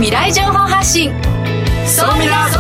未来情報発信そうみら。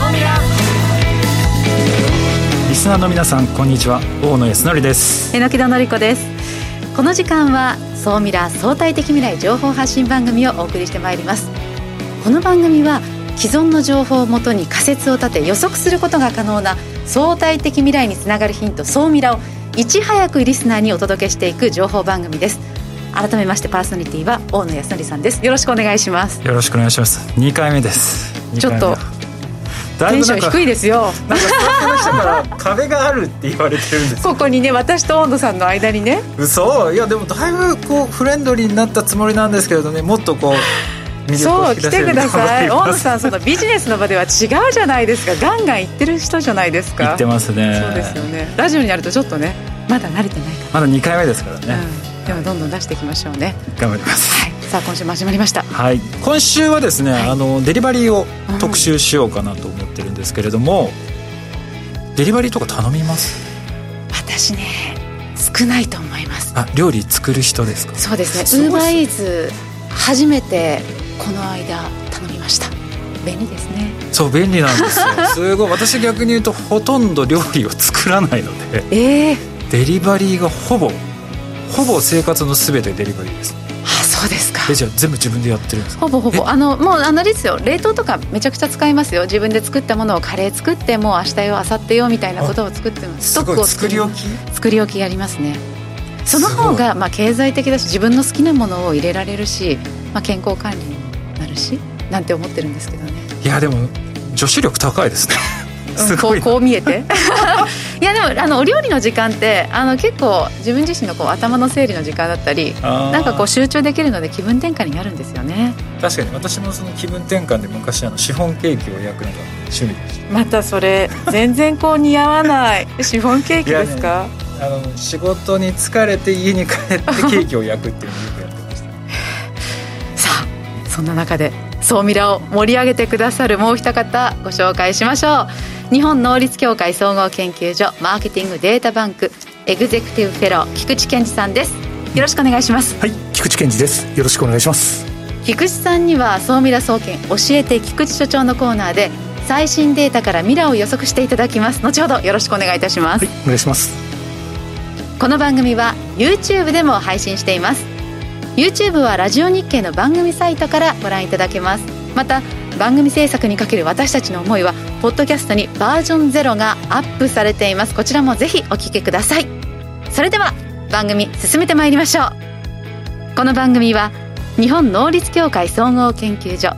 リスナーの皆さんこんにちは、大野康則です。 榎田典子です。この時間はそうみら相対的未来情報発信番組をお送りしてまいります。この番組は既存の情報をもとに仮説を立て予測することが可能な相対的未来につながるヒント、そうみらをいち早くリスナーにお届けしていく情報番組です。改めましてパーソナリティは大野康則さんです。よろしくお願いします。 よろしくお願いします。2回目です。 ちょっとテンション低いですよ。 なんかスタッフの人から壁があるって言われてるんですここにね、私と大野さんの間にね。 嘘。いやでもだいぶこうフレンドリーになったつもりなんですけれどね、もっとこう魅力を引き出せるように頑張ります。そう、来てください。大野さん、そのビジネスの場では違うじゃないですか。ガンガン言ってる人じゃないですか。言ってますね。 そうですよね。ラジオになるとちょっとね、まだ慣れてないから。 まだ2回目ですからね、 でもどんどん出していきましょうね。 頑張ります、 はい。さあ今週も始まりました。 はい、今週はですね、デリバリーを特集しようかなと思ってるんですけれども、デリバリーとか頼みます？ 私ね、少ないと思います。 料理作る人ですか？ そうですね。ウーバーイーツ初めてこの間頼みました。便利ですね。 そう便利なんですよすごい。私逆に言うとほとんど料理を作らないので、デリバリーがほぼ生活の全てデリバリーです。 そうですか。 じゃあ全部自分でやってるんですか？ ほぼもうですよ、冷凍とかめちゃくちゃ使いますよ。自分で作ったものをカレー作ってもう明日よ明後日よみたいなことを作ってます。ストックを作り置きやりますね。その方が経済的だし、自分の好きなものを入れられるし、健康管理にもなるしなんて思ってるんですけどね。 いやでも女子力高いですねすごいこう見えていやでもお料理の時間って結構自分自身の頭の整理の時間だったり、なんか集中できるので気分転換になるんですよね。 確かに私もその気分転換で昔シフォンケーキを焼くのが趣味でした。 またそれ全然似合わないシフォンケーキですか？ 仕事に疲れて家に帰ってケーキを焼くっていうのをよくやってましたさあそんな中でそうみらを盛り上げてくださるもう一方ご紹介しましょう。日本能率協会総合研究所マーケティングデータバンクエグゼクティブフェロー菊池健二さんです。よろしくお願いします。 はい、菊池健二です。よろしくお願いします。 菊池さんにはそうみら総研教えて菊池所長のコーナーで最新データから未来を予測していただきます。後ほどよろしくお願いいたします。 はい、お願いします。 この番組は YouTube でも配信しています。 YouTube はラジオ日経の番組サイトからご覧いただけます。また番組制作にかける私たちの思いはポッドキャストにバージョン0がアップされています。こちらもぜひお聞きください。それでは番組進めてまいりましょう。この番組は日本能率協会総合研究所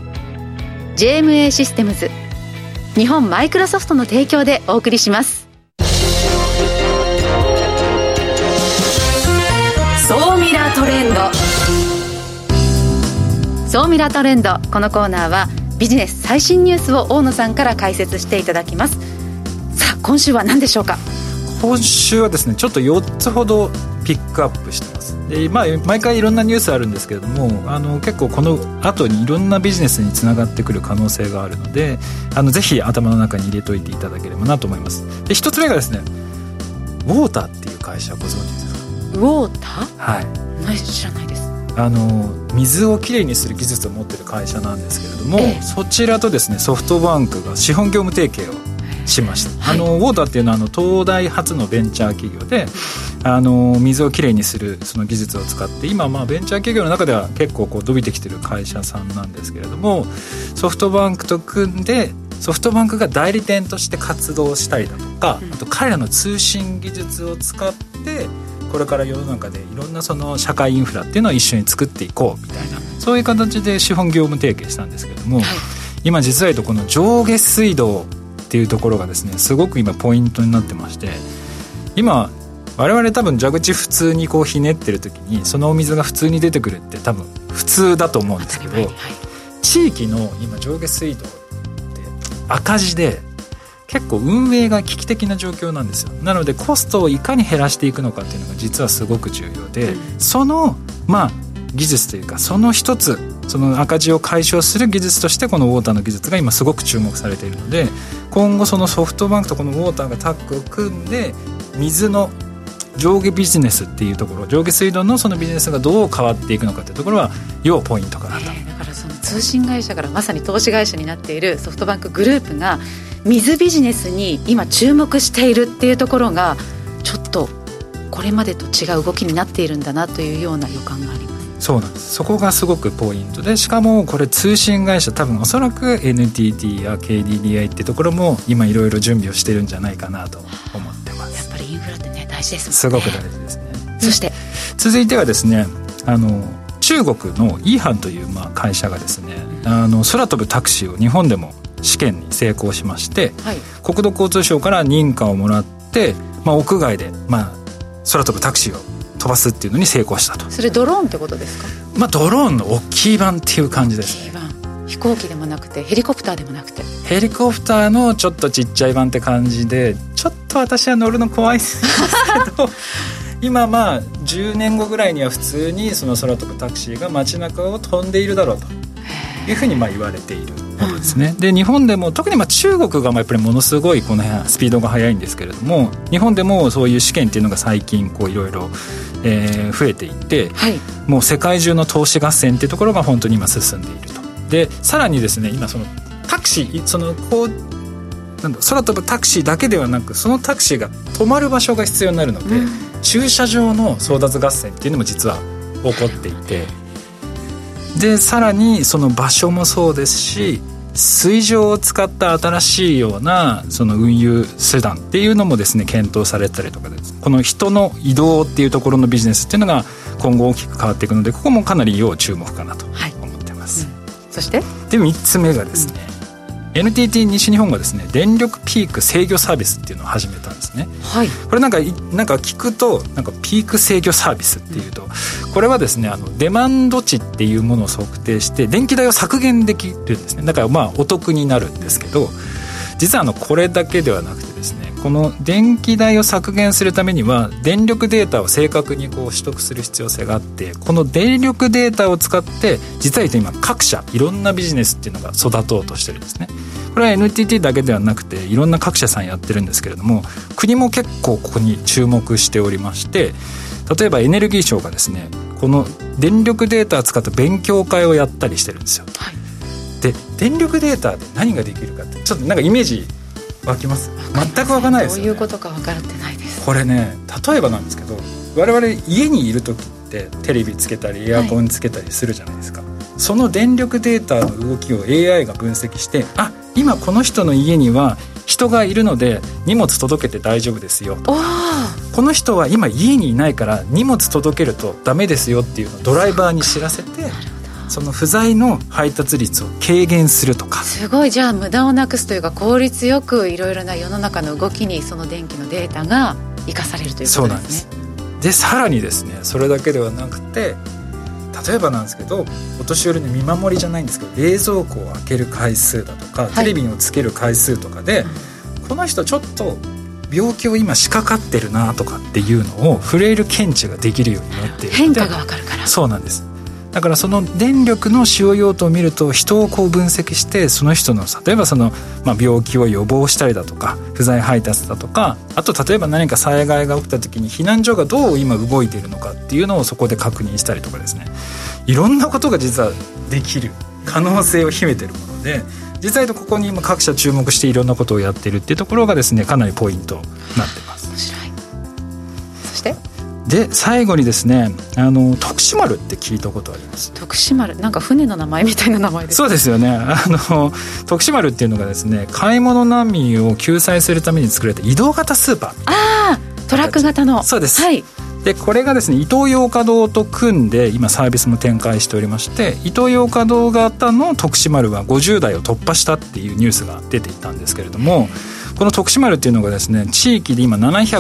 JMA システムズ日本マイクロソフトの提供でお送りします。 そうみらトレンド。 そうみらトレンド。このコーナーはビジネス最新ニュースを大野さんから解説していただきます。さあ今週は何でしょうか？ 今週はですね、ちょっと4つほどピックアップしてます。で、毎回いろんなニュースあるんですけれども、結構この後にいろんなビジネスにつながってくる可能性があるので、ぜひ頭の中に入れといていただければなと思います。で、1つ目がですね、ウォーターっていう会社ご存知ですか？ ウォーター？ はい。 知らないです。 水をきれいにする技術を持っている会社なんですけれども、そちらとですねソフトバンクが資本業務提携をしました。ウォーターっていうのは東大発のベンチャー企業で、水をきれいにするその技術を使って今ベンチャー企業の中では結構伸びてきてる会社さんなんですけれども、ソフトバンクと組んでソフトバンクが代理店として活動したりだとか、あと彼らの通信技術を使ってこれから世の中でいろんなその社会インフラっていうのを一緒に作っていこうみたいな、そういう形で資本業務提携したんですけれども、今実は言うとこの上下水道っていうところがですねすごく今ポイントになってまして、今我々多分蛇口普通にひねってる時にそのお水が普通に出てくるって多分普通だと思うんですけど、地域の今上下水道って赤字で結構運営が危機的な状況なんですよ。なのでコストをいかに減らしていくのかっていうのが実はすごく重要で、その技術というかその一つ、その赤字を解消する技術としてこのウォーターの技術が今すごく注目されているので、今後そのソフトバンクとこのウォーターがタッグを組んで水の上下ビジネスっていうところ、上下水道のそのビジネスがどう変わっていくのかっていうところは要ポイントかなと。 だからその通信会社からまさに投資会社になっているソフトバンクグループが水ビジネスに今注目しているっていうところがちょっとこれまでと違う動きになっているんだなというような予感があります。 そうなんです。そこがすごくポイントで、しかもこれ通信会社多分おそらく NTT や KDDI ってところも今いろいろ準備をしてるんじゃないかなと思ってます。 やっぱりインフラってね大事ですもんね。 すごく大事ですね。 そして続いてはですね、中国のイーハンという会社がですね、空飛ぶタクシーを日本でも試験に成功しまして、はい、国土交通省から認可をもらって、屋外で、空飛ぶタクシーを飛ばすっていうのに成功したと。 それドローンってことですか？ ドローンの大きい版っていう感じです、ね、 大きい版、飛行機でもなくてヘリコプターでもなくてヘリコプターのちょっとちっちゃい版って感じで、ちょっと私は乗るの怖いですけど今10年後ぐらいには普通にその空飛ぶタクシーが街中を飛んでいるだろうというふうに言われているものですね。で日本でも特に中国がやっぱりものすごいこの辺スピードが速いんですけれども、日本でもそういう試験っていうのが最近いろいろ増えていて、はい、もう世界中の投資合戦っていうところが本当に今進んでいると。でさらにですね、今そのタクシー空飛ぶタクシーだけではなく、そのタクシーが止まる場所が必要になるので、駐車場の争奪合戦っていうのも実は起こっていて、でさらにその場所もそうですし、水上を使った新しいようなその運輸手段っていうのもですね検討されたりとかです。この人の移動っていうところのビジネスっていうのが今後大きく変わっていくので、ここもかなり要注目かなと思ってます、 そしてで3つ目がですね、NTT 西日本がですね電力ピーク制御サービスっていうのを始めたんですね、はい、これなんか聞くとピーク制御サービスっていうと、これはですねデマンド値っていうものを測定して電気代を削減できるんですね。だからお得になるんですけど、実はこれだけではなくてですね、この電気代を削減するためには電力データを正確に取得する必要性があって、この電力データを使って実は今各社いろんなビジネスっていうのが育とうとしてるんですね。これは NTT だけではなくていろんな各社さんやってるんですけれども、国も結構ここに注目しておりまして、例えばエネルギー庁がですねこの電力データを使った勉強会をやったりしてるんですよ、はい、で電力データで何ができるかってちょっとイメージ湧きます？全く湧かないですよね。 どういうことか分かってないです。 これね、例えばなんですけど、我々家にいる時ってテレビつけたりエアコンつけたりするじゃないですか、はい、その電力データの動きを AI が分析して、今この人の家には人がいるので荷物届けて大丈夫ですよと、この人は今家にいないから荷物届けるとダメですよっていうのをドライバーに知らせて、その不在の配達率を軽減するとか。 すごい、じゃあ無駄をなくすというか効率よくいろいろな世の中の動きにその電気のデータが生かされるということですね。 そうなんです。でさらにですね、それだけではなくて、例えばなんですけど、お年寄りの見守りじゃないんですけど、冷蔵庫を開ける回数だとか、テレビをつける回数とかで、この人ちょっと病気を今仕掛かってるなとかっていうのをフレイル検知ができるようになっている。 変化が分かるから。 そうなんです。だからその電力の使用用途を見ると、人を分析して、その人の例えば病気を予防したりだとか、不在配達だとか、あと例えば何か災害が起きた時に避難所がどう今動いているのかっていうのをそこで確認したりとかですね、いろんなことが実はできる可能性を秘めているもので、実際とここに今各社注目していろんなことをやっているっていうところがですね、かなりポイントになってます。 面白い。そしてで最後にですね、徳島丸って聞いたことあります？ 徳島丸、なんか船の名前みたいな名前です。 そうですよね。徳島丸っていうのがですね、買い物難民を救済するために作られた移動型スーパー。 トラック型の。 そうです、 はい。 でこれがですね、イトーヨーカドーと組んで今サービスも展開しておりまして、イトーヨーカドー型の徳島丸は50台を突破したっていうニュースが出ていたんですけれども、この徳島丸っていうのがですね、地域で今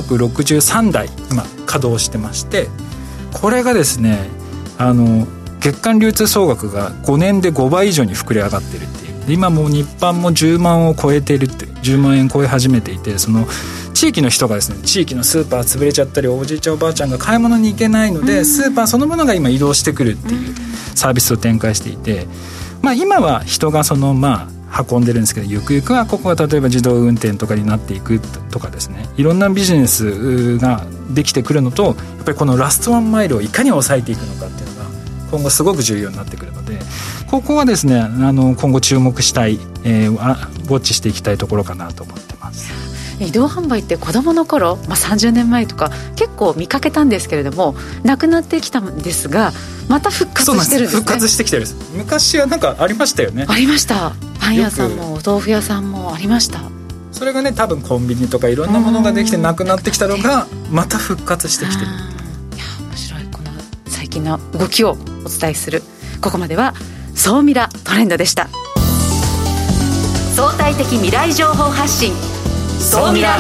763台今稼働してまして、これがですね月間流通総額が5年で5倍以上に膨れ上がってるっていう。で今もう日販も10万を超えているっていう、10万円超え始めていて、その地域の人がですね、地域のスーパー潰れちゃったり、おじいちゃんおばあちゃんが買い物に行けないので、スーパーそのものが今移動してくるっていうサービスを展開していて、今は人が運んでるんですけど、ゆくゆくはここが例えば自動運転とかになっていくとかですね、いろんなビジネスができてくるのと、やっぱりこのラストワンマイルをいかに抑えていくのかっていうのが今後すごく重要になってくるので、 ここはですね今後注目したい、ウォッチしていきたいところかなと思ってます。 移動販売って子どもの頃、30年前とか結構見かけたんですけれどもなくなってきたんですがまた復活してるんですね。 復活してきてるんです。昔はなんかありましたよね。 ありました。パン屋さんもお豆腐屋さんもありました。 それがね多分コンビニとかいろんなものができてなくなってきたのがまた復活してきてる。いや面白い。この最近の動きをお伝えする。ここまでは総ミラトレンドでした。 相対的未来情報発信総ミラ。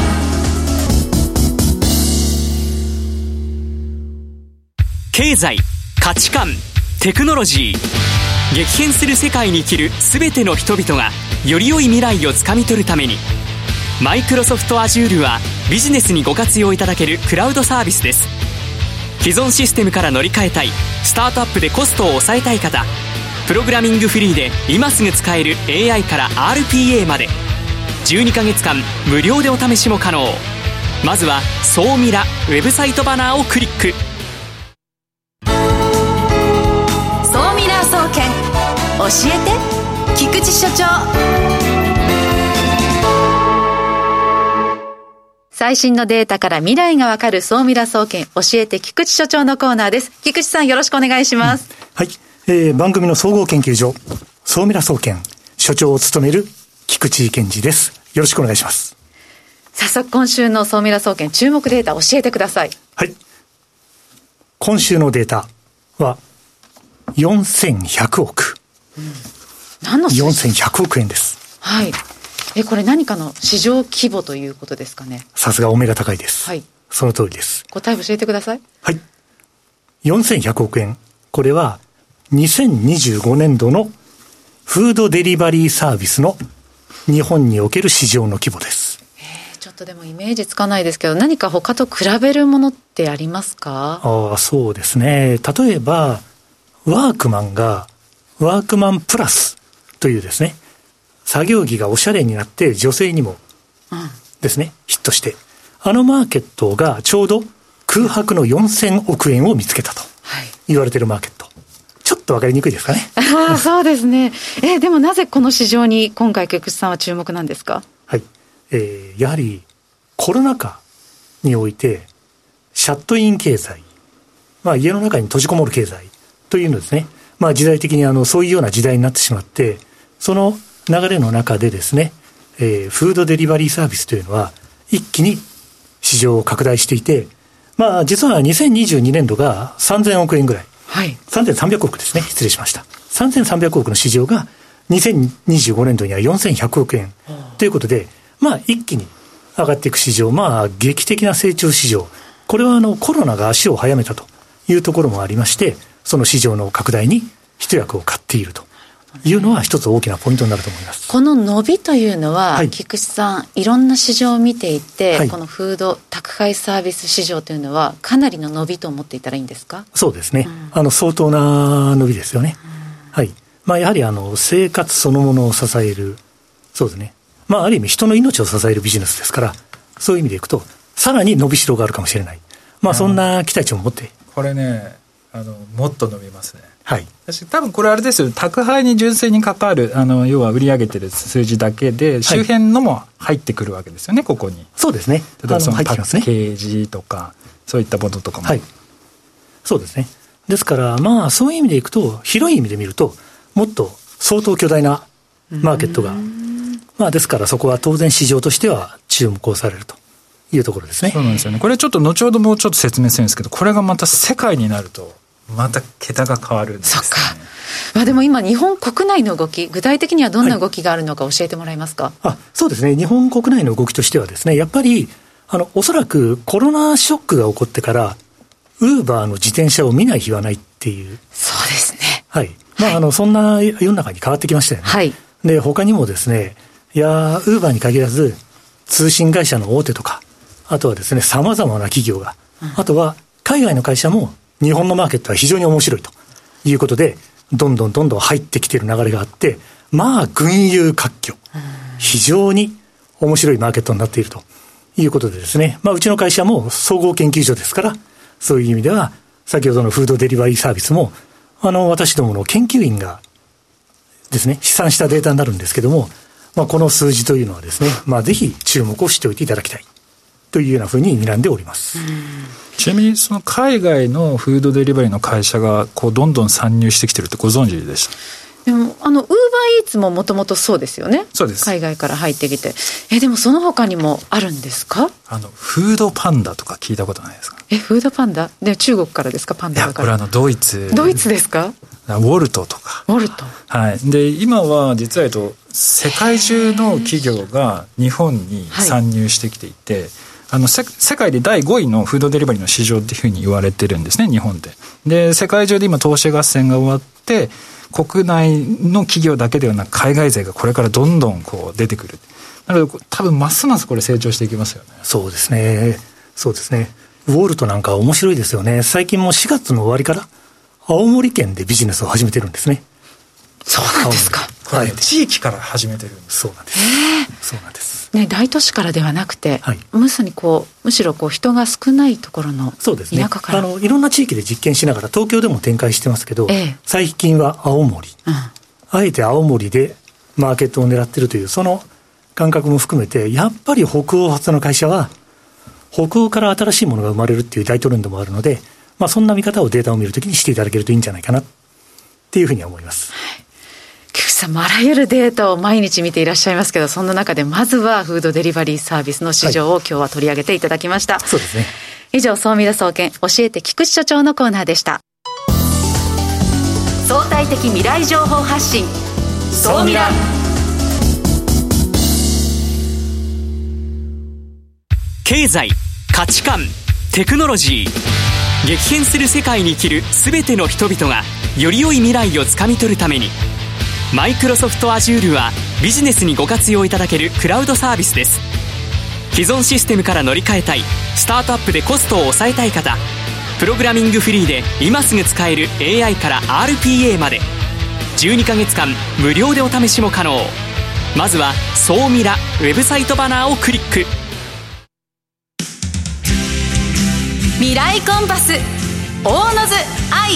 経済、価値観、テクノロジー、激変する世界に生きるすべての人々がより良い未来をつかみ取るために、マイクロソフト Azure はビジネスにご活用いただけるクラウドサービスです。既存システムから乗り換えたい、スタートアップでコストを抑えたい方、プログラミングフリーで今すぐ使える AI から RPA まで12ヶ月間無料でお試しも可能。まずは総ミラウェブサイトバナーをクリック。 総ミラ総研教えて菊池所長。 最新のデータから未来がわかる総ミラ総研教えて菊池所長のコーナーです。菊池さんよろしくお願いします。 はい、番組の総合研究所総ミラ総研所長を務める菊池健二です。よろしくお願いします。 早速今週の総ミラ総研注目データ教えてください。 はい、今週のデータは4100億、 何の数字 4100億円です。 はい。これ何かの市場規模ということですかね。 さすがお目が高いです。 はい。 その通りです。 答え教えてください。 はい。4100億円。これは2025年度のフードデリバリーサービスの日本における市場の規模です。 ちょっとでもイメージつかないですけど、何か他と比べるものってありますか？ そうですね。例えばワークマンがワークマンプラスというですね、作業着がおしゃれになって女性にもですね、ヒットして、あのマーケットがちょうど空白の4000億円を見つけたと言われているマーケット。ちょっと分かりにくいですかね。 そうですね。でもなぜこの市場に今回菊池さんは注目なんですか？ はい。やはりコロナ禍においてシャットイン経済、家の中に閉じこもる経済というのですね、時代的にそういうような時代になってしまって、その流れの中でですね、フードデリバリーサービスというのは一気に市場を拡大していて、実は2022年度が3000億円ぐらい、はい、3300億ですね、失礼しました。3300億の市場が2025年度には4100億円ということで、一気に上がっていく市場、劇的な成長市場、これはコロナが足を早めたというところもありまして、その市場の拡大に一役を買っているというのは一つ大きなポイントになると思います。 この伸びというのは、 はい、 菊池さんいろんな市場を見ていて、 はい、 このフード宅配サービス市場というのはかなりの伸びと思っていたらいいんですか？ そうですね、相当な伸びですよね。はい。やはり生活そのものを支える、そうですね、ある意味人の命を支えるビジネスですから、そういう意味でいくとさらに伸びしろがあるかもしれない、そんな期待値を持って。 これね、もっと伸びますね。 はい、 私多分これあれですよ、宅配に純粋に関わる要は売り上げてる数字だけで周辺のも入ってくるわけですよね、ここに。 そうですね。 例えばそのパッケージとかそういったものとかも、 はい、そうですね。ですからそういう意味でいくと、広い意味で見るともっと相当巨大なマーケットが、ですからそこは当然市場としては注目をされるというところですね。 そうなんですよね。これちょっと後ほどもうちょっと説明するんですけど、これがまた世界になるとまた桁が変わるんですね。 そっか。でも今日本国内の動き、具体的にはどんな動きがあるのか教えてもらえますか？ そうですね。日本国内の動きとしてはですね、やっぱりおそらくコロナショックが起こってからウーバーの自転車を見ない日はないっていう。 そうですね。 はい。そんな世の中に変わってきましたよね。 はい。 で、他にもですね、ウーバーに限らず通信会社の大手とか、あとはですね、様々な企業が、あとは海外の会社も日本のマーケットは非常に面白いということで、どんどん入ってきている流れがあって、群雄割拠、非常に面白いマーケットになっているということでですね、うちの会社も総合研究所ですから、そういう意味では先ほどのフードデリバリーサービスも私どもの研究員がですね、試算したデータになるんですけども、この数字というのはですね、ぜひ注目をしておいていただきたいというようなふうに睨んでおります。 ちなみにその海外のフードデリバリーの会社がどんどん参入してきてるってご存知でした？ でもウーバーイーツももともとそうですよね。 そうです。 海外から入ってきて。でもその他にもあるんですか？ フードパンダとか聞いたことないですか？ フードパンダで中国からですか？パンダだから。 いや、これドイツですか？ ウォルトとか。 ウォルト。 はい。で、今は実は世界中の企業が日本に参入してきていて、世界で第5位のフードデリバリーの市場っていうふうに言われてるんですね、日本で。で、世界中で今投資合戦が終わって、国内の企業だけではなく海外勢がこれからどんどん出てくる。なので多分ますますこれ成長していきますよね。 そうですね。そうですね。ウォルトなんか面白いですよね。最近も4月の終わりから青森県でビジネスを始めてるんですね。 そうなんですか。 はい。地域から始めてるんです。 そうなんです。そうなんです。 ね、大都市からではなくて、 はい、 まさにむしろ人が少ないところの田舎から。そうですね。 いろんな地域で実験しながら東京でも展開してますけど、最近は青森、あえて青森でマーケットを狙ってるというその感覚も含めて、やっぱり北欧発の会社は北欧から新しいものが生まれるっていう大トレンドもあるので、そんな見方をデータを見るときにしていただけるといいんじゃないかなっていうふうには思います。 菊池さんもあらゆるデータを毎日見ていらっしゃいますけど、そんな中でまずはフードデリバリーサービスの市場を今日は取り上げていただきました。 そうですね。 以上、総ミラ総研教えて菊池所長のコーナーでした。相対的未来情報発信、総ミラ。 経済、価値観、テクノロジー、激変する世界に生きるすべての人々がより良い未来をつかみ取るために、マイクロソフト Azure はビジネスにご活用いただけるクラウドサービスです。既存システムから乗り換えたい、スタートアップでコストを抑えたい方、プログラミングフリーで今すぐ使える AI から RPA まで12ヶ月間無料でお試しも可能。まずは総ミラウェブサイトバナーをクリック。 未来コンパス、大野津愛。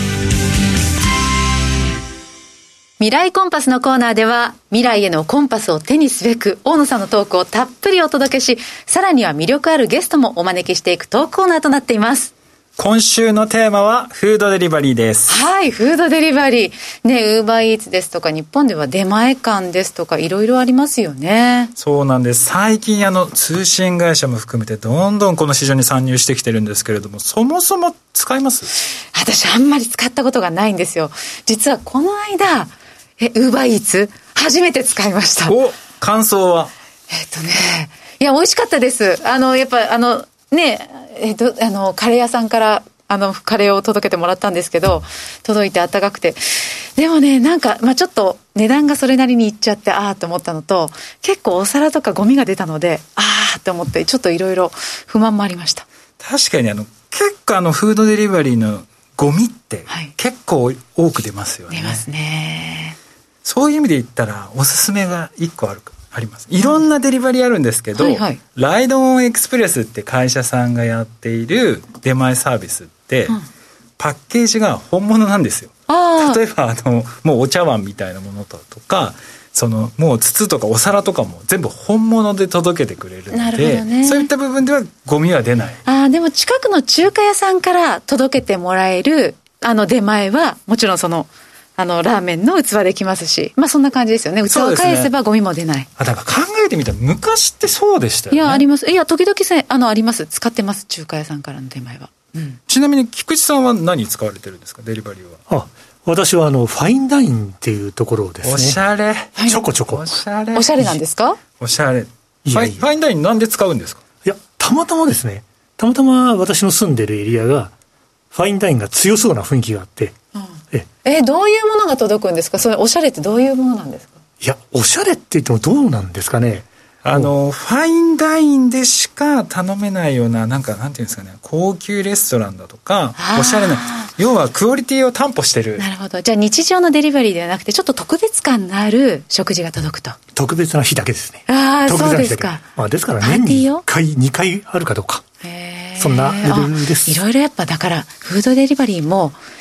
未来コンパスのコーナーでは、未来へのコンパスを手にすべく大野さんのトークをたっぷりお届けし、さらには魅力あるゲストもお招きしていくトークコーナーとなっています。 今週のテーマはフードデリバリーです。 はい、フードデリバリーね、ウーバーイーツですとか、日本では出前館ですとか、いろいろありますよね。 そうなんです。最近通信会社も含めてどんどんこの市場に参入してきてるんですけれども、そもそも使います？ 私あんまり使ったことがないんですよ。実はこの間ウーバーイーツ初めて使いました。 お、感想は？ いや、美味しかったです。やっぱね、カレー屋さんからカレーを届けてもらったんですけど、届いてあったかくて、でもね、なんかちょっと値段がそれなりにいっちゃって、と思ったのと、結構お皿とかゴミが出たので、って思って、ちょっといろいろ不満もありました。 確かに結構フードデリバリーのゴミって結構多く出ますよね。 出ますね。 そういう意味で言ったらおすすめが1個あります。いろんなデリバリーあるんですけど、ライドオンエクスプレスって会社さんがやっている出前サービスって、パッケージが本物なんですよ。例えばもうお茶碗みたいなものとか、もう筒とかお皿とかも全部本物で届けてくれるので、そういった部分ではゴミは出ない。 でも近くの中華屋さんから届けてもらえる出前はもちろんラーメンの器できますし、そんな感じですよね。器を返せばゴミも出ない。 だから考えてみたら昔ってそうでしたよね。 いや、あります。いや、時々あります。使ってます。中華屋さんからの出前は。 ちなみに菊池さんは何使われてるんですか、デリバリーは？ 私はファインダインっていうところをですね。 おしゃれ。 ちょこちょこ。 おしゃれなんですか？ おしゃれ。ファインダインなんで使うんですか？ いや、たまたまですね。たまたま私の住んでるエリアがファインダインが強そうな雰囲気があって。 どういうものが届くんですか？それおしゃれってどういうものなんですか？ いや、おしゃれって言ってもどうなんですかね。 ファインダインでしか頼めないような、なんていうんですかね、高級レストランだとか、おしゃれな、要はクオリティを担保してる。 なるほど。じゃあ日常のデリバリーではなくて、ちょっと特別感のある食事が届くと。 特別な日だけですね。 そうですか。 ですから年に1回、2回あるかどうか。そんなレベルです。 いろいろやっぱだから、フードデリバリーも、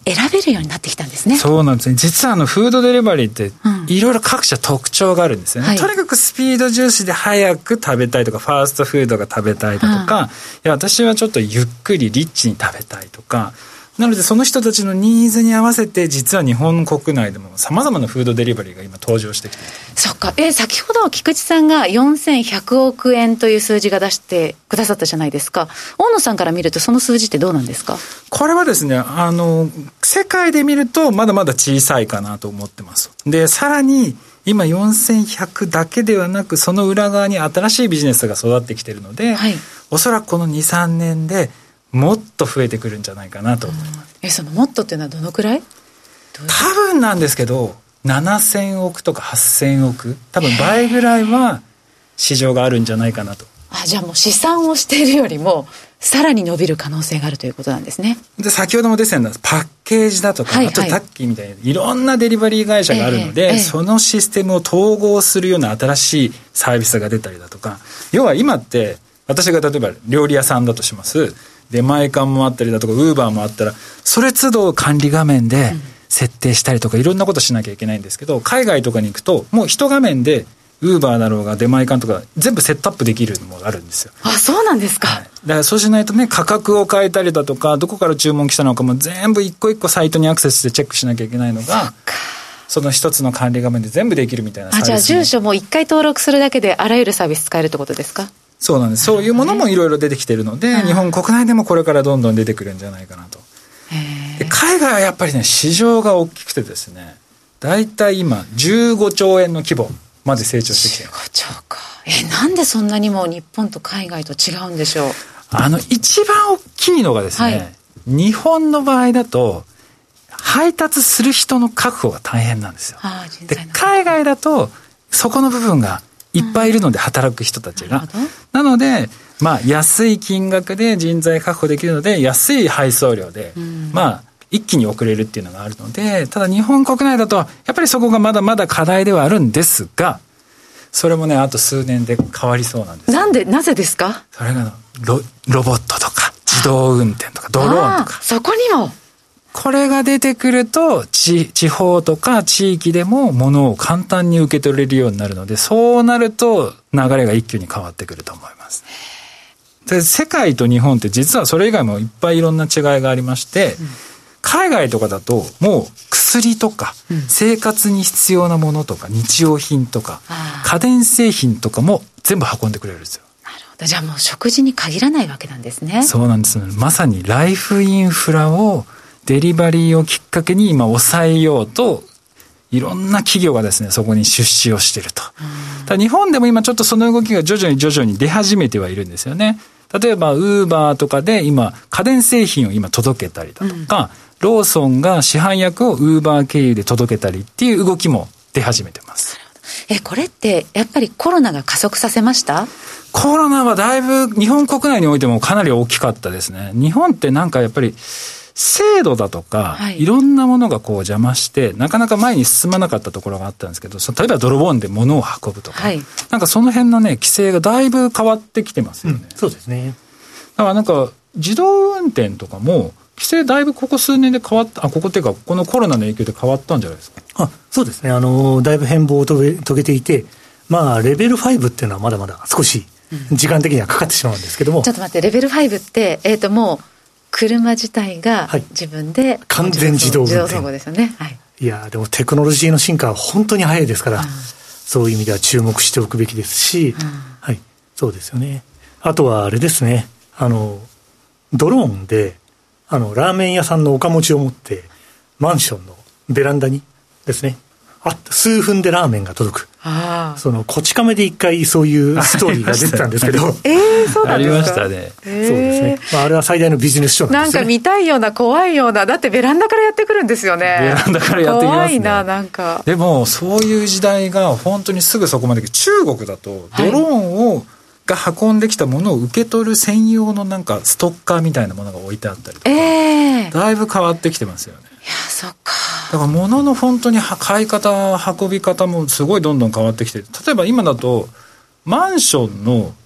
選べるようになってきたんですね。 そうなんですね。実はフードデリバリーっていろいろ各社特徴があるんですよね、とにかくスピード重視で早く食べたいとか、ファーストフードが食べたいだとか、いや私はちょっとゆっくりリッチに食べたいとか、なのでその人たちのニーズに合わせて、実は日本国内でも様々なフードデリバリーが今登場してきている。 そっか。先ほど菊池さんが4100億円という数字が出してくださったじゃないですか。大野さんから見るとその数字ってどうなんですか？ これはですね、世界で見るとまだまだ小さいかなと思ってます。で、さらに今4100だけではなく、その裏側に新しいビジネスが育ってきているので、おそらくこの 2,3 年でもっと増えてくるんじゃないかなと思います。 そのもっとっていうのはどのくらい？ 多分なんですけど7000億とか8000億、多分倍ぐらいは市場があるんじゃないかなと。 じゃあもう試算をしているよりもさらに伸びる可能性があるということなんですね。 で、先ほども出てたパッケージだとか、あとタッキーみたいないろんなデリバリー会社があるので、そのシステムを統合するような新しいサービスが出たりだとか、要は今って私が例えば料理屋さんだとします。出前館もあったりだとか、ウーバーもあったら、それ都度管理画面で設定したりとか、いろんなことしなきゃいけないんですけど、海外とかに行くともう一画面でウーバーだろうが出前館とか全部セットアップできるのもあるんですよ。 そうなんですか。 だからそうしないとね、価格を変えたりだとか、どこから注文来たのかも全部一個一個サイトにアクセスしてチェックしなきゃいけないのが、その一つの管理画面で全部できるみたいなサービス。 じゃあ住所も一回登録するだけであらゆるサービス使えるってことですか？ そうなんです。そういうものもいろいろ出てきているので、日本国内でもこれからどんどん出てくるんじゃないかなと。で、海外はやっぱりね、市場が大きくてですね、だいたい今15兆円の規模まで成長してきている。 15兆か。なんでそんなにも日本と海外と違うんでしょう？ 一番大きいのがですね、日本の場合だと配達する人の確保が大変なんですよ。で、海外だとそこの部分がいっぱいいるので、働く人たちが。なので、安い金額で人材確保できるので、安い配送料で、一気に送れるっていうのがあるので、ただ日本国内だと、やっぱりそこがまだまだ課題ではあるんですが、それもね、あと数年で変わりそうなんです。 なぜですか？ それがロボットとか、自動運転とか、ドローンとか。 そこにも。 これが出てくると、地方とか地域でも物を簡単に受け取れるようになるので、そうなると流れが一挙に変わってくると思います。で、世界と日本って実はそれ以外もいっぱいいろんな違いがありまして、海外とかだともう薬とか生活に必要なものとか日用品とか家電製品とかも全部運んでくれるんですよ。 なるほど。じゃあもう食事に限らないわけなんですね。 そうなんです。まさにライフインフラをデリバリーをきっかけに今抑えようと、いろんな企業がですね、そこに出資をしていると。ただ日本でも今ちょっとその動きが徐々に出始めてはいるんですよね。例えばウーバーとかで今家電製品を今届けたりだとか、ローソンが市販薬をウーバー経由で届けたりっていう動きも出始めてます。 これってやっぱりコロナが加速させました？ コロナはだいぶ日本国内においてもかなり大きかったですね。日本ってなんかやっぱり制度だとか、いろんなものがこう邪魔してなかなか前に進まなかったところがあったんですけど、例えば泥棒で物を運ぶとか、なんかその辺のね規制がだいぶ変わってきてますよね。 そうですね。 だからなんか自動運転とかも規制だいぶここ数年で変わった、ここっていうかこのコロナの影響で変わったんじゃないですか？ そうですね。だいぶ変貌を遂げていて、レベル5っていうのはまだまだ少し時間的にはかかってしまうんですけども、 ちょっと待って、レベル5ってもう車自体が自分で、 完全自動運転。 自動走行ですよね。 いやでもテクノロジーの進化は本当に早いですから、そういう意味では注目しておくべきですし、そうですよね。あとはあれですね、ドローンでラーメン屋さんのおかもちを持ってマンションのベランダにですね、数分でラーメンが届く。そのこち亀で一回そういうストーリーが出てたんですけどそうなんですか？ ありましたね。 そうですね。あれは最大のビジネス書なんですね。 なんか見たいような怖いような、だってベランダからやってくるんですよね。 ベランダからやってきますね。 怖いな、なんか。 でもそういう時代が本当にすぐそこまで来て、中国だとドローンが運んできたものを受け取る専用のなんかストッカーみたいなものが置いてあったりとか、だいぶ変わってきてますよね。 いや、そっか。 だから物の本当に買い方運び方もすごいどんどん変わってきて、例えば今だとマンションの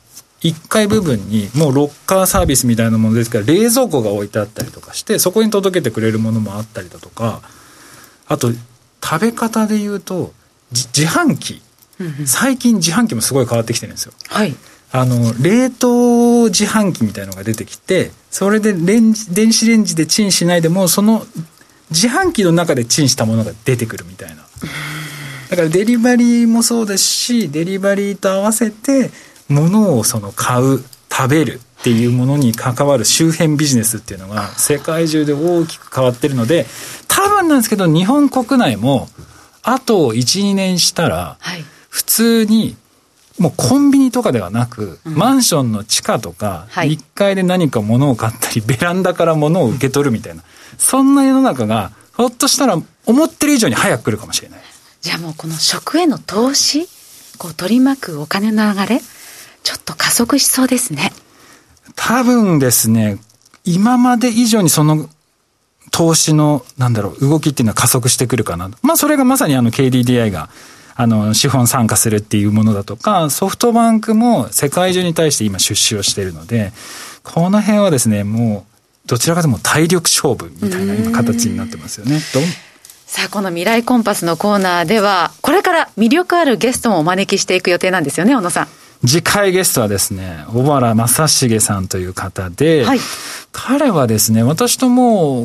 1階部分にもうロッカーサービスみたいなものですから冷蔵庫が置いてあったりとかして、そこに届けてくれるものもあったりだとか、あと食べ方で言うと自販機、最近自販機もすごい変わってきてるんですよ。 はい。 冷凍自販機みたいなのが出てきて、それで電子レンジでチンしないでもその自販機の中でチンしたものが出てくるみたいな。だからデリバリーもそうですし、デリバリーと合わせて物を買う、食べるっていうものに関わる周辺ビジネスっていうのが世界中で大きく変わってるので、多分なんですけど日本国内もあと 1,2 年したら普通にもうコンビニとかではなく、マンションの地下とか1階で何か物を買ったりベランダから物を受け取るみたいな、そんな世の中がひょっとしたら思ってる以上に早く来るかもしれない。 じゃあもうこの食への投資、取り巻くお金の流れ、ちょっと加速しそうですね。 多分ですね、今まで以上にその投資の動きっていうのは加速してくるかな。それがまさにKDDI が資本参加するっていうものだとか、ソフトバンクも世界中に対して今出資をしているので、この辺はですね、もうどちらかでも体力勝負みたいな今形になってますよね。 さあ、この未来コンパスのコーナーではこれから魅力あるゲストもお招きしていく予定なんですよね、小野さん。 次回ゲストはですね、小原正重さんという方で、はい、彼はですね、私ともう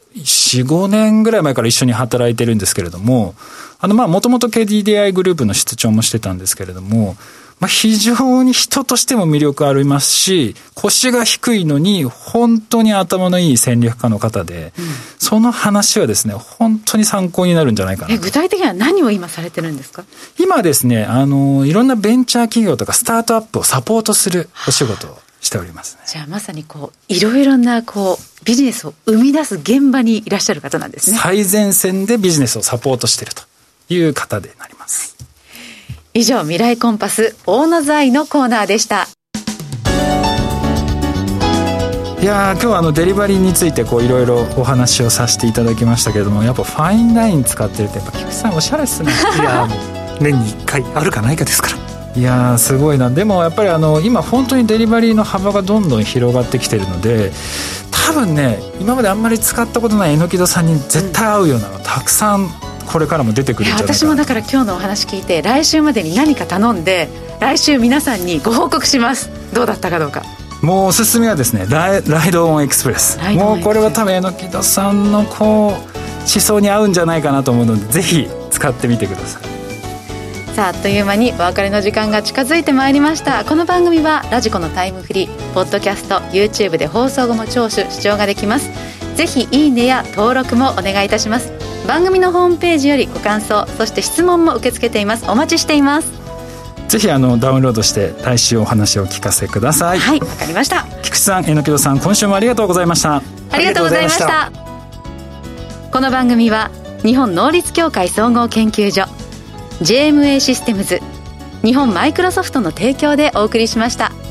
4,5 年ぐらい前から一緒に働いてるんですけれども、もともと KDDI グループの室長もしてたんですけれども、非常に人としても魅力ありますし、腰が低いのに本当に頭のいい戦略家の方で、その話はですね、本当に参考になるんじゃないかなと。 具体的には何を今されてるんですか？ 今ですね、いろんなベンチャー企業とかスタートアップをサポートするお仕事をしておりますね。 じゃあまさにいろいろなビジネスを生み出す現場にいらっしゃる方なんですね。 最前線でビジネスをサポートしているという方でなります。 以上、未来コンパス大野在のコーナーでした。 いや今日はデリバリーについていろいろお話をさせていただきましたけれども、やっぱファインダイン使ってるとやっぱ菊池さんおしゃれっすね。 いや年に1回あるかないかですから。 いやすごいな。でもやっぱり今本当にデリバリーの幅がどんどん広がってきてるので、多分ね、今まであんまり使ったことない榎戸さんに絶対合うようなのたくさんこれからも出てくるんじゃないかな。 私もだから今日のお話聞いて来週までに何か頼んで来週皆さんにご報告します。どうだったかどうか。 もうおすすめはですね、ライドオンエクスプレス。もうこれは多分榎戸さんの思想に合うんじゃないかなと思うので、ぜひ使ってみてください。 さあ、あっという間にお別れの時間が近づいてまいりました。この番組はラジコのタイムフリー、ポッドキャスト、 YouTube で放送後も聴取視聴ができます。ぜひいいねや登録もお願いいたします。番組のホームページよりご感想、そして質問も受け付けています。お待ちしています。 ぜひダウンロードして来週お話を聞かせください。 はい、わかりました。 菊池さん、榎戸さん、今週もありがとうございました。 ありがとうございました。この番組は日本能率協会総合研究所、JMA システムズ、日本マイクロソフトの提供でお送りしました。